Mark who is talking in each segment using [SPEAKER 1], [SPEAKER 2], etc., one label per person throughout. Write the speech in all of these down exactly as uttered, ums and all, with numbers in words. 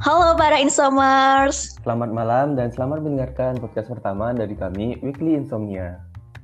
[SPEAKER 1] Halo para Insomers.
[SPEAKER 2] Selamat malam dan selamat mendengarkan podcast pertama dari kami, Weekly Insomnia.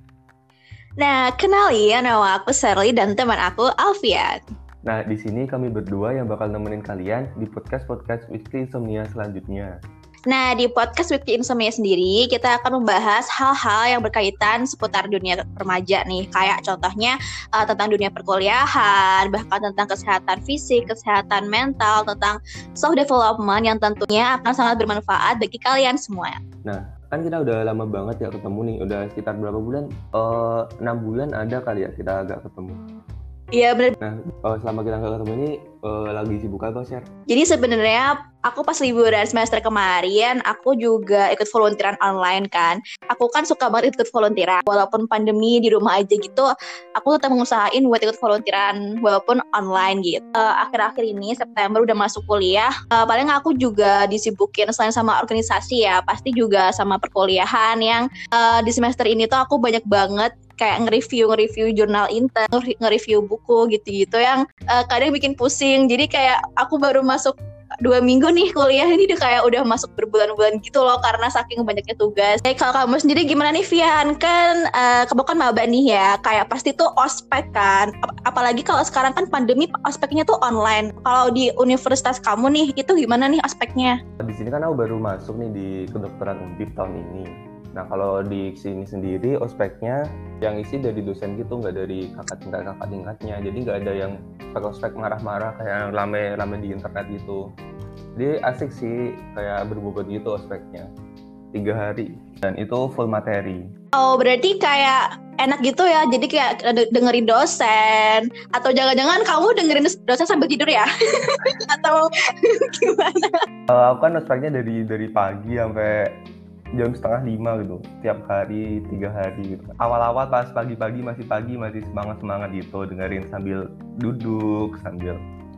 [SPEAKER 1] Nah, kenalin nama aku Shirley dan teman aku Alfian.
[SPEAKER 2] Nah, di sini kami berdua yang bakal nemenin kalian di podcast-podcast Weekly Insomnia selanjutnya.
[SPEAKER 1] Nah, di podcast Weekly Insomnia sendiri, kita akan membahas hal-hal yang berkaitan seputar dunia remaja nih. Kayak contohnya uh, tentang dunia perkuliahan, bahkan tentang kesehatan fisik, kesehatan mental, tentang self-development yang tentunya akan sangat bermanfaat bagi kalian semua.
[SPEAKER 2] Nah, kan kita udah lama banget ya ketemu nih. Udah sekitar berapa bulan? Uh, enam bulan ada kali ya kita agak ketemu.
[SPEAKER 1] Iya benar.
[SPEAKER 2] Nah, uh, selama kita nggak ketemu ini uh, lagi sibuk apa, Sher?
[SPEAKER 1] Jadi sebenarnya aku pas liburan semester kemarin, aku juga ikut volunteeran online kan. Aku kan suka banget ikut volunteeran. Walaupun pandemi di rumah aja gitu, aku tetap mengusahain buat ikut volunteeran walaupun online gitu. Uh, akhir-akhir ini September udah masuk kuliah. Uh, paling aku juga disibukin selain sama organisasi ya, pasti juga sama perkuliahan yang uh, di semester ini tuh aku banyak banget kayak nge-review nge-review jurnal intern, nge-review buku gitu-gitu yang uh, kadang bikin pusing. Jadi kayak aku baru masuk dua minggu nih kuliah ini udah kayak udah masuk berbulan-bulan gitu loh karena saking banyaknya tugas. Kayak kalau kamu sendiri gimana nih Vian? Kan uh, kamu kan maba nih ya, kayak pasti tuh ospek kan. Ap- apalagi kalau sekarang kan pandemi ospeknya tuh online. Kalau di universitas kamu nih itu gimana nih ospeknya?
[SPEAKER 2] Di sini kan aku baru masuk nih di kedokteran Undip tahun ini. Nah, kalau di sini sendiri ospeknya yang isi dari dosen gitu, nggak dari kakak tingkat kakak tingkatnya. Jadi nggak ada yang ospek marah-marah kayak rame-rame di internet gitu. Jadi asik sih, kayak berbobot gitu ospeknya. Tiga hari dan itu full materi.
[SPEAKER 1] Oh berarti kayak enak gitu ya, jadi kayak dengerin dosen. Atau jangan-jangan kamu dengerin dosen sambil tidur ya? Atau gimana?
[SPEAKER 2] Uh, aku kan ospeknya dari dari pagi sampai jam setengah lima gitu, tiap hari, tiga hari gitu. Awal-awal pas pagi-pagi masih pagi, masih semangat-semangat gitu, dengerin sambil duduk, sambil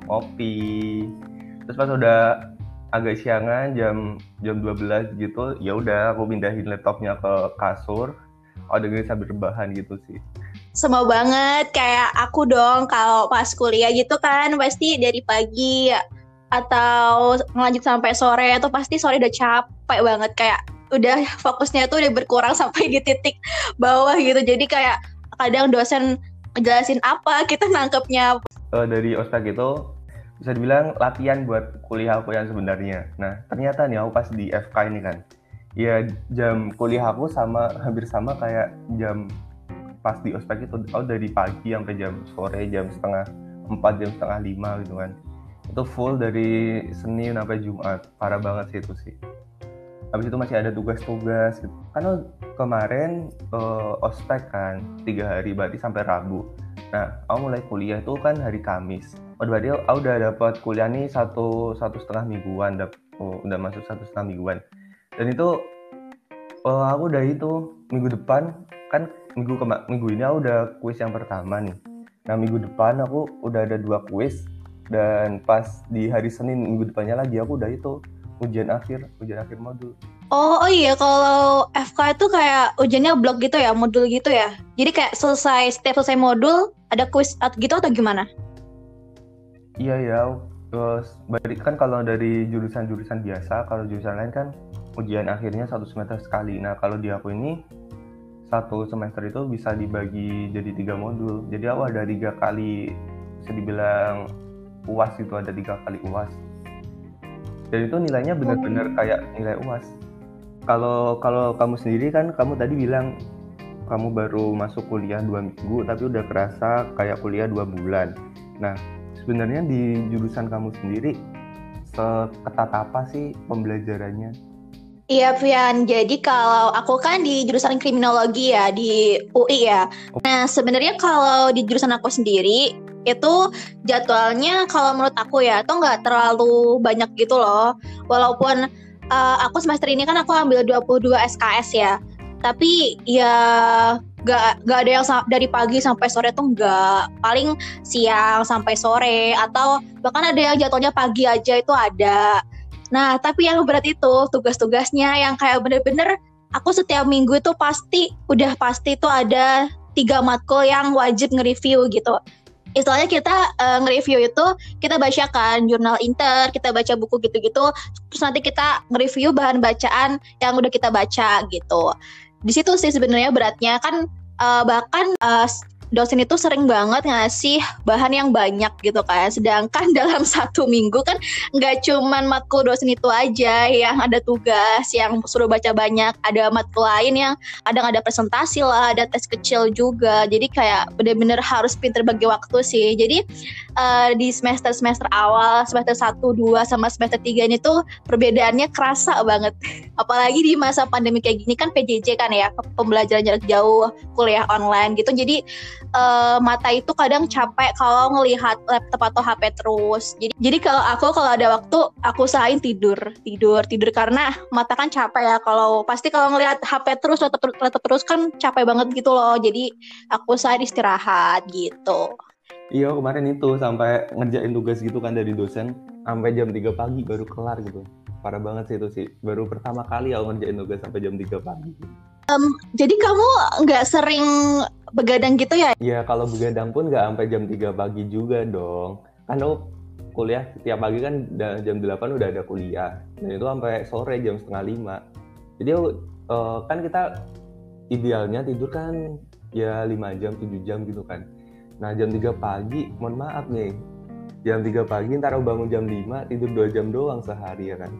[SPEAKER 2] kopi. Terus pas udah agak siangan, jam jam dua belas gitu, ya udah aku pindahin laptopnya ke kasur, aku dengerin sambil rebahan gitu sih.
[SPEAKER 1] Sama banget, kayak aku dong kalau pas kuliah gitu kan, pasti dari pagi atau ngelanjut sampai sore, atau pasti sore udah capek banget, kayak udah fokusnya tuh udah berkurang sampai di titik bawah gitu. Jadi kayak kadang dosen ngejelasin apa kita nangkepnya.
[SPEAKER 2] Uh, dari ospek itu bisa dibilang latihan buat kuliah aku yang sebenarnya. Nah ternyata nih aku pas di F K ini kan, ya jam kuliah aku sama hampir sama kayak jam pas di ospek itu. Aku dari pagi sampai jam sore, jam setengah empat, jam setengah lima gitu kan. Itu full dari Senin sampai Jumat. Parah banget sih itu sih. Habis itu masih ada tugas-tugas gitu. Karena kemarin uh, ospek kan tiga hari, berarti sampai Rabu. Nah, aku mulai kuliah itu kan hari Kamis. Oh, berarti aku udah dapat kuliah nih satu satu setengah mingguan, dap, oh, udah masuk satu setengah mingguan. Dan itu uh, aku udah itu minggu depan kan minggu kema- minggu ini aku udah kuis yang pertama nih. Nah, minggu depan aku udah ada dua kuis dan pas di hari Senin minggu depannya lagi aku udah itu ujian akhir, ujian akhir modul.
[SPEAKER 1] Oh, oh iya, kalau F K itu kayak ujiannya blok gitu ya, modul gitu ya. Jadi kayak selesai setiap selesai modul ada kuis gitu atau gimana?
[SPEAKER 2] Iya ya, terus balik kan kalau dari jurusan-jurusan biasa, kalau jurusan lain kan ujian akhirnya satu semester sekali. Nah kalau di aku ini satu semester itu bisa dibagi jadi tiga modul. Jadi aku ada tiga kali, bisa dibilang uas itu, ada tiga kali uas. Dan itu nilainya benar-benar kayak nilai uas. Kalau kalau kamu sendiri kan, kamu tadi bilang kamu baru masuk kuliah dua minggu, tapi udah kerasa kayak kuliah dua bulan. Nah, sebenarnya di jurusan kamu sendiri seketat apa sih pembelajarannya?
[SPEAKER 1] Iya, Fian. Jadi kalau aku kan di jurusan kriminologi ya, di U I ya. Nah, sebenarnya kalau di jurusan aku sendiri, itu jadwalnya kalau menurut aku ya, itu nggak terlalu banyak gitu loh. Walaupun uh, aku semester ini kan aku ambil dua puluh dua S K S ya. Tapi ya gak, gak ada yang sa- dari pagi sampai sore tuh gak. Paling siang sampai sore, atau bahkan ada yang jadwalnya pagi aja itu ada. Nah, tapi yang berat itu tugas-tugasnya yang kayak bener-bener aku setiap minggu itu pasti, udah pasti itu ada tiga matkul yang wajib nge-review gitu. istilahnya kita uh, nge-review itu kita bacakan jurnal inter, kita baca buku gitu-gitu, terus nanti kita nge-review bahan bacaan yang udah kita baca gitu. Di situ sih sebenarnya beratnya kan, uh, bahkan uh, dosen itu sering banget ngasih bahan yang banyak gitu kan. Sedangkan dalam satu minggu kan nggak cuman matkul dosen itu aja yang ada tugas, yang suruh baca banyak. Ada matkul lain yang kadang ada presentasi lah, ada tes kecil juga. Jadi kayak bener-bener harus pinter bagi waktu sih. Jadi uh, di semester-semester awal, semester satu, dua, sama semester tiga ini tuh perbedaannya kerasa banget. Apalagi di masa pandemi kayak gini kan P J J kan ya, pembelajaran jarak jauh, kuliah online gitu. Jadi uh, mata itu kadang capek kalau ngelihat laptop atau H P terus. Jadi jadi kalau aku kalau ada waktu aku usahain tidur, tidur, tidur karena mata kan capek ya. Kalau pasti kalau ngelihat H P terus, laptop, laptop terus kan capek banget gitu loh. Jadi aku usahain istirahat gitu.
[SPEAKER 2] Iya, kemarin itu sampai ngerjain tugas gitu kan dari dosen sampai jam tiga pagi baru kelar gitu. Parah banget sih itu sih. Baru pertama kali aku ngerjain tugas sampai jam tiga pagi.
[SPEAKER 1] Um, jadi kamu nggak sering begadang gitu ya?
[SPEAKER 2] Iya, kalau begadang pun nggak sampai jam tiga pagi juga dong. Kan aku kuliah tiap pagi kan jam delapan udah ada kuliah. Dan itu sampai sore jam setengah lima. Jadi uh, kan kita idealnya tidur kan ya lima jam, tujuh jam gitu kan. Nah jam tiga pagi, mohon maaf nih, jam tiga pagi ntar aku bangun jam lima, tidur dua jam doang sehari ya kan.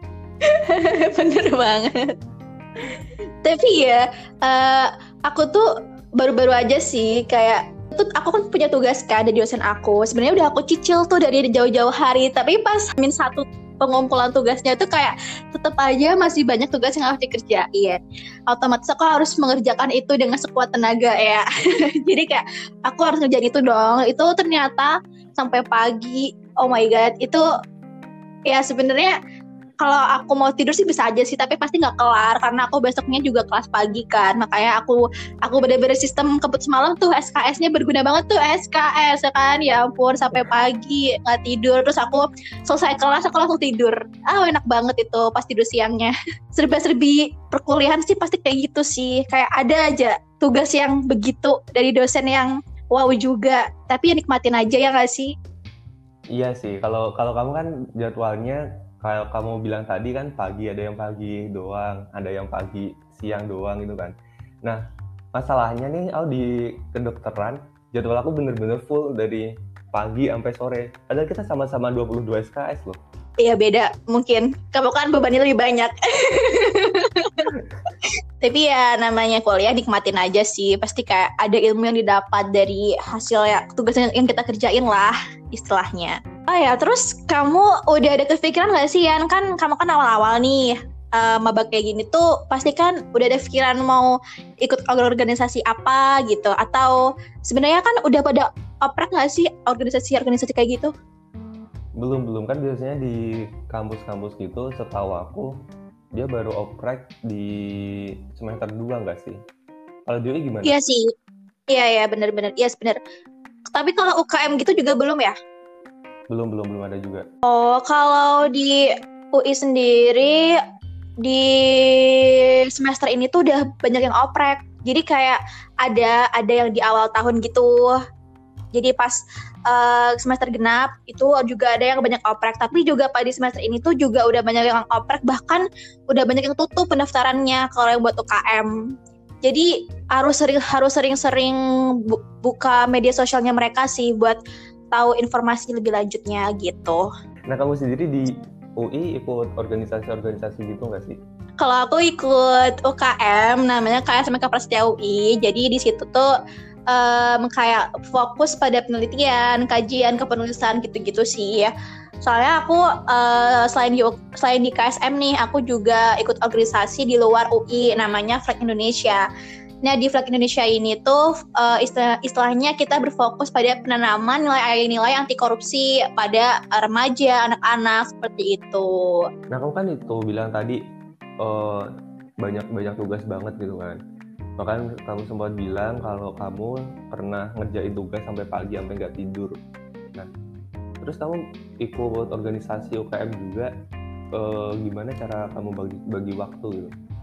[SPEAKER 1] Bener banget. Tapi ya, uh, aku tuh baru-baru aja sih kayak tuh aku kan punya tugas kan dari dosen aku. Sebenarnya udah aku cicil tuh dari jauh-jauh hari, tapi pas min satu pengumpulan tugasnya itu kayak tetap aja masih banyak tugas yang harus dikerjain. Otomatis aku harus mengerjakan itu dengan sekuat tenaga ya. Jadi kayak aku harus ngerjain itu dong. Itu ternyata sampai pagi. Oh my god, itu ya sebenarnya kalau aku mau tidur sih bisa aja sih, tapi pasti nggak kelar karena aku besoknya juga kelas pagi kan. Makanya aku aku bener-bener sistem kebut semalam tuh S K S-nya berguna banget tuh S K S ya kan. Ya ampun sampai pagi nggak tidur, terus aku selesai kelas aku langsung tidur. Ah enak banget itu pas tidur siangnya. Serba-serbi perkuliahan sih pasti kayak gitu sih. Kayak ada aja tugas yang begitu dari dosen yang wow juga. Tapi ya nikmatin aja ya nggak sih?
[SPEAKER 2] Iya sih. Kalau kalau kamu kan jadwalnya kayak kamu bilang tadi kan pagi, ada yang pagi doang, ada yang pagi siang doang gitu kan. Nah masalahnya nih aku di kedokteran jadwal aku bener-bener full dari pagi sampai sore. Padahal kita sama-sama dua puluh dua S K S loh.
[SPEAKER 1] Iya beda mungkin. Kamu kan bebannya lebih banyak. Tapi ya namanya kuliah nikmatin aja sih. Pasti kayak ada ilmu yang didapat dari hasil ya tugas yang kita kerjain lah istilahnya. Oh ya, terus kamu udah ada kepikiran gak sih Yan? Kan kamu kan awal-awal nih uh, maba kayak gini tuh pasti kan udah ada pikiran mau ikut organisasi apa gitu. Atau sebenarnya kan udah pada oprek gak sih organisasi-organisasi kayak gitu?
[SPEAKER 2] Belum, belum. Kan biasanya di kampus-kampus gitu setahu aku dia baru oprek di semester dua gak sih? Kalau di U I gimana?
[SPEAKER 1] Iya sih. Iya, iya benar-benar. Iya benar. Tapi kalau U K M gitu juga belum ya?
[SPEAKER 2] Belum, belum, belum ada juga.
[SPEAKER 1] Oh, kalau di U I sendiri di semester ini tuh udah banyak yang oprek. Jadi kayak ada ada yang di awal tahun gitu. Jadi pas uh, semester genap itu juga ada yang banyak oprek. Tapi juga pada di semester ini tuh juga udah banyak yang oprek. Bahkan udah banyak yang tutup pendaftarannya kalau yang buat U K M. Jadi harus sering harus sering-sering bu- buka media sosialnya mereka sih buat tahu informasi lebih lanjutnya gitu.
[SPEAKER 2] Nah kamu sendiri di U I ikut organisasi-organisasi gitu nggak sih?
[SPEAKER 1] Kalau aku ikut U K M namanya K S M K Prasetya U I. Jadi di situ tuh um, kayak fokus pada penelitian, kajian, kepenulisan gitu-gitu sih ya. Soalnya aku uh, selain di selain di K S M nih, aku juga ikut organisasi di luar U I namanya Flag Indonesia. Nah di Flag Indonesia ini tuh uh, istilah, istilahnya kita berfokus pada penanaman nilai-nilai anti korupsi pada remaja, anak-anak seperti itu.
[SPEAKER 2] Nah kamu kan itu bilang tadi uh, banyak banyak tugas banget gitu kan. Bahkan kamu sempat bilang kalau kamu pernah ngerjain tugas sampai pagi sampai nggak tidur. Nah terus kamu ikut organisasi U K M juga, uh, gimana cara kamu bagi bagi waktu gitu?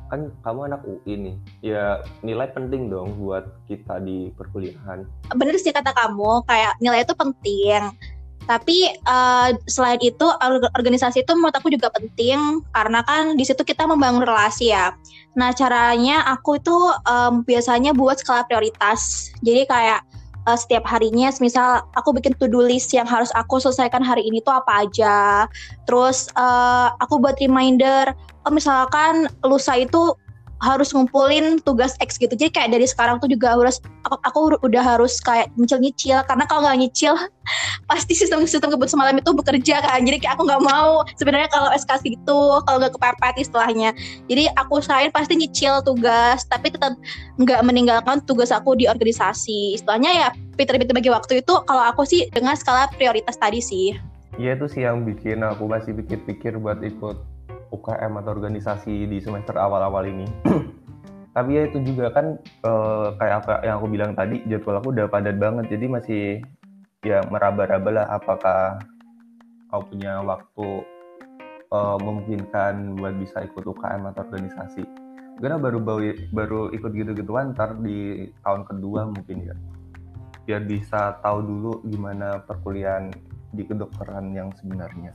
[SPEAKER 2] kan kamu anak U I nih, ya nilai penting dong buat kita di perkuliahan.
[SPEAKER 1] Bener sih kata kamu, kayak nilai itu penting. Tapi uh, selain itu organisasi itu menurut aku juga penting karena kan di situ kita membangun relasi ya. Nah caranya aku itu um, biasanya buat skala prioritas. Jadi kayak uh, setiap harinya, misal aku bikin to-do list yang harus aku selesaikan hari ini tuh apa aja. Terus uh, aku buat reminder, oh misalkan lusa itu harus ngumpulin tugas X gitu. Jadi kayak dari sekarang tuh juga harus aku, aku udah harus kayak nyicil-nyicil karena kalau nggak nyicil pasti sistem-sistem kebut semalam itu bekerja kan. Jadi kayak aku nggak mau sebenarnya kalau S K S gitu, kalau nggak kepepet istilahnya. Jadi aku usahain pasti nyicil tugas, tapi tetap nggak meninggalkan tugas aku di organisasi. Istilahnya ya pinter-pinter bagi waktu itu kalau aku sih dengan skala prioritas tadi sih.
[SPEAKER 2] Iya itu sih yang bikin aku masih pikir-pikir buat ikut U K M atau organisasi di semester awal-awal ini. Tapi ya itu juga kan uh, kayak apa yang aku bilang tadi, jadwal aku udah padat banget, jadi masih ya meraba-raba lah apakah aku punya waktu uh, memungkinkan buat bisa ikut U K M atau organisasi. Karena baru baru, baru ikut gitu-gituan ntar di tahun kedua mungkin ya, biar bisa tahu dulu gimana perkuliahan di kedokteran yang sebenarnya.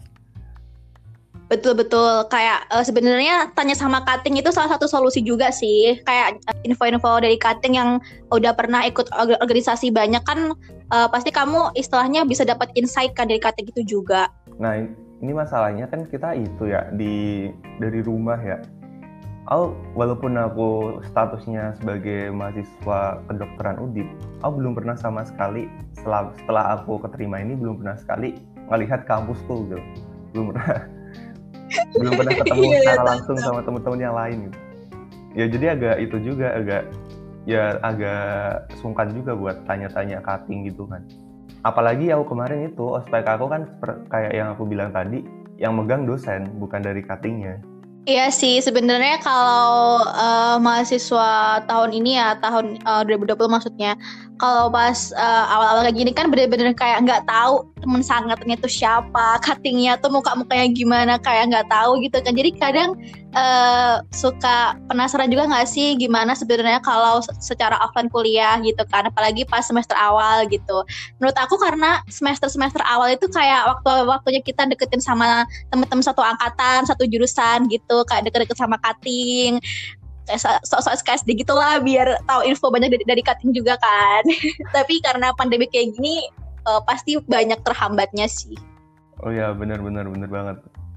[SPEAKER 1] Betul-betul kayak uh, sebenarnya tanya sama cutting itu salah satu solusi juga sih. Kayak uh, info-info dari cutting yang udah pernah ikut organisasi banyak kan uh, pasti kamu istilahnya bisa dapat insight kan dari cutting itu juga.
[SPEAKER 2] Nah ini masalahnya kan kita itu ya di dari rumah ya. Aku walaupun aku statusnya sebagai mahasiswa kedokteran U D I P, aku belum pernah sama sekali setelah setelah aku keterima ini belum pernah sekali ngelihat kampusku gitu. Belum pernah belum pernah ketemu secara langsung sama teman-teman yang lain gitu. Ya jadi agak itu juga agak ya agak sungkan juga buat tanya-tanya cutting gitu kan. Apalagi aku kemarin itu ospek aku kan kayak yang aku bilang tadi, yang megang dosen bukan dari cuttingnya.
[SPEAKER 1] Iya sih, sebenarnya kalau uh, mahasiswa tahun ini ya, tahun uh, dua ribu dua puluh maksudnya, kalau pas uh, awal-awal kayak gini kan bener-bener kayak nggak tahu temen sangatnya tuh siapa, cuttingnya tuh muka-mukanya gimana, kayak nggak tahu gitu kan. Jadi kadang uh, suka penasaran juga nggak sih gimana sebenarnya kalau secara offline kuliah gitu kan, apalagi pas semester awal gitu. Menurut aku karena semester-semester awal itu kayak waktu-waktunya kita deketin sama teman-teman satu angkatan, satu jurusan gitu, kayak deket-deket sama cutting, kayak sok-sok S K S D gitulah biar tahu info banyak dari, dari cutting juga kan. Tapi karena pandemi kayak gini uh, pasti banyak terhambatnya sih.
[SPEAKER 2] Oh ya benar-benar benar banget.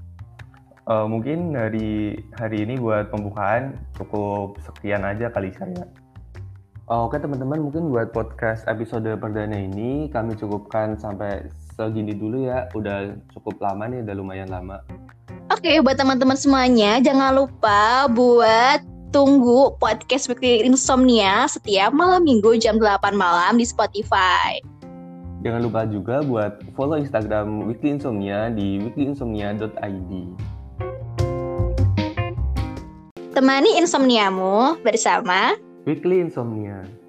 [SPEAKER 2] Uh, mungkin dari hari ini buat pembukaan cukup sekian aja kali saya. Uh, Oke teman-teman, mungkin buat podcast episode perdana ini kami cukupkan sampai segini dulu ya. Udah cukup lama nih, udah lumayan lama.
[SPEAKER 1] Oke, buat teman-teman semuanya jangan lupa buat tunggu podcast Weekly Insomnia setiap malam minggu jam delapan malam di Spotify.
[SPEAKER 2] Jangan lupa juga buat follow Instagram Weekly Insomnia di weekly insomnia dot i d.
[SPEAKER 1] Temani insomniamu bersama
[SPEAKER 2] Weekly Insomnia.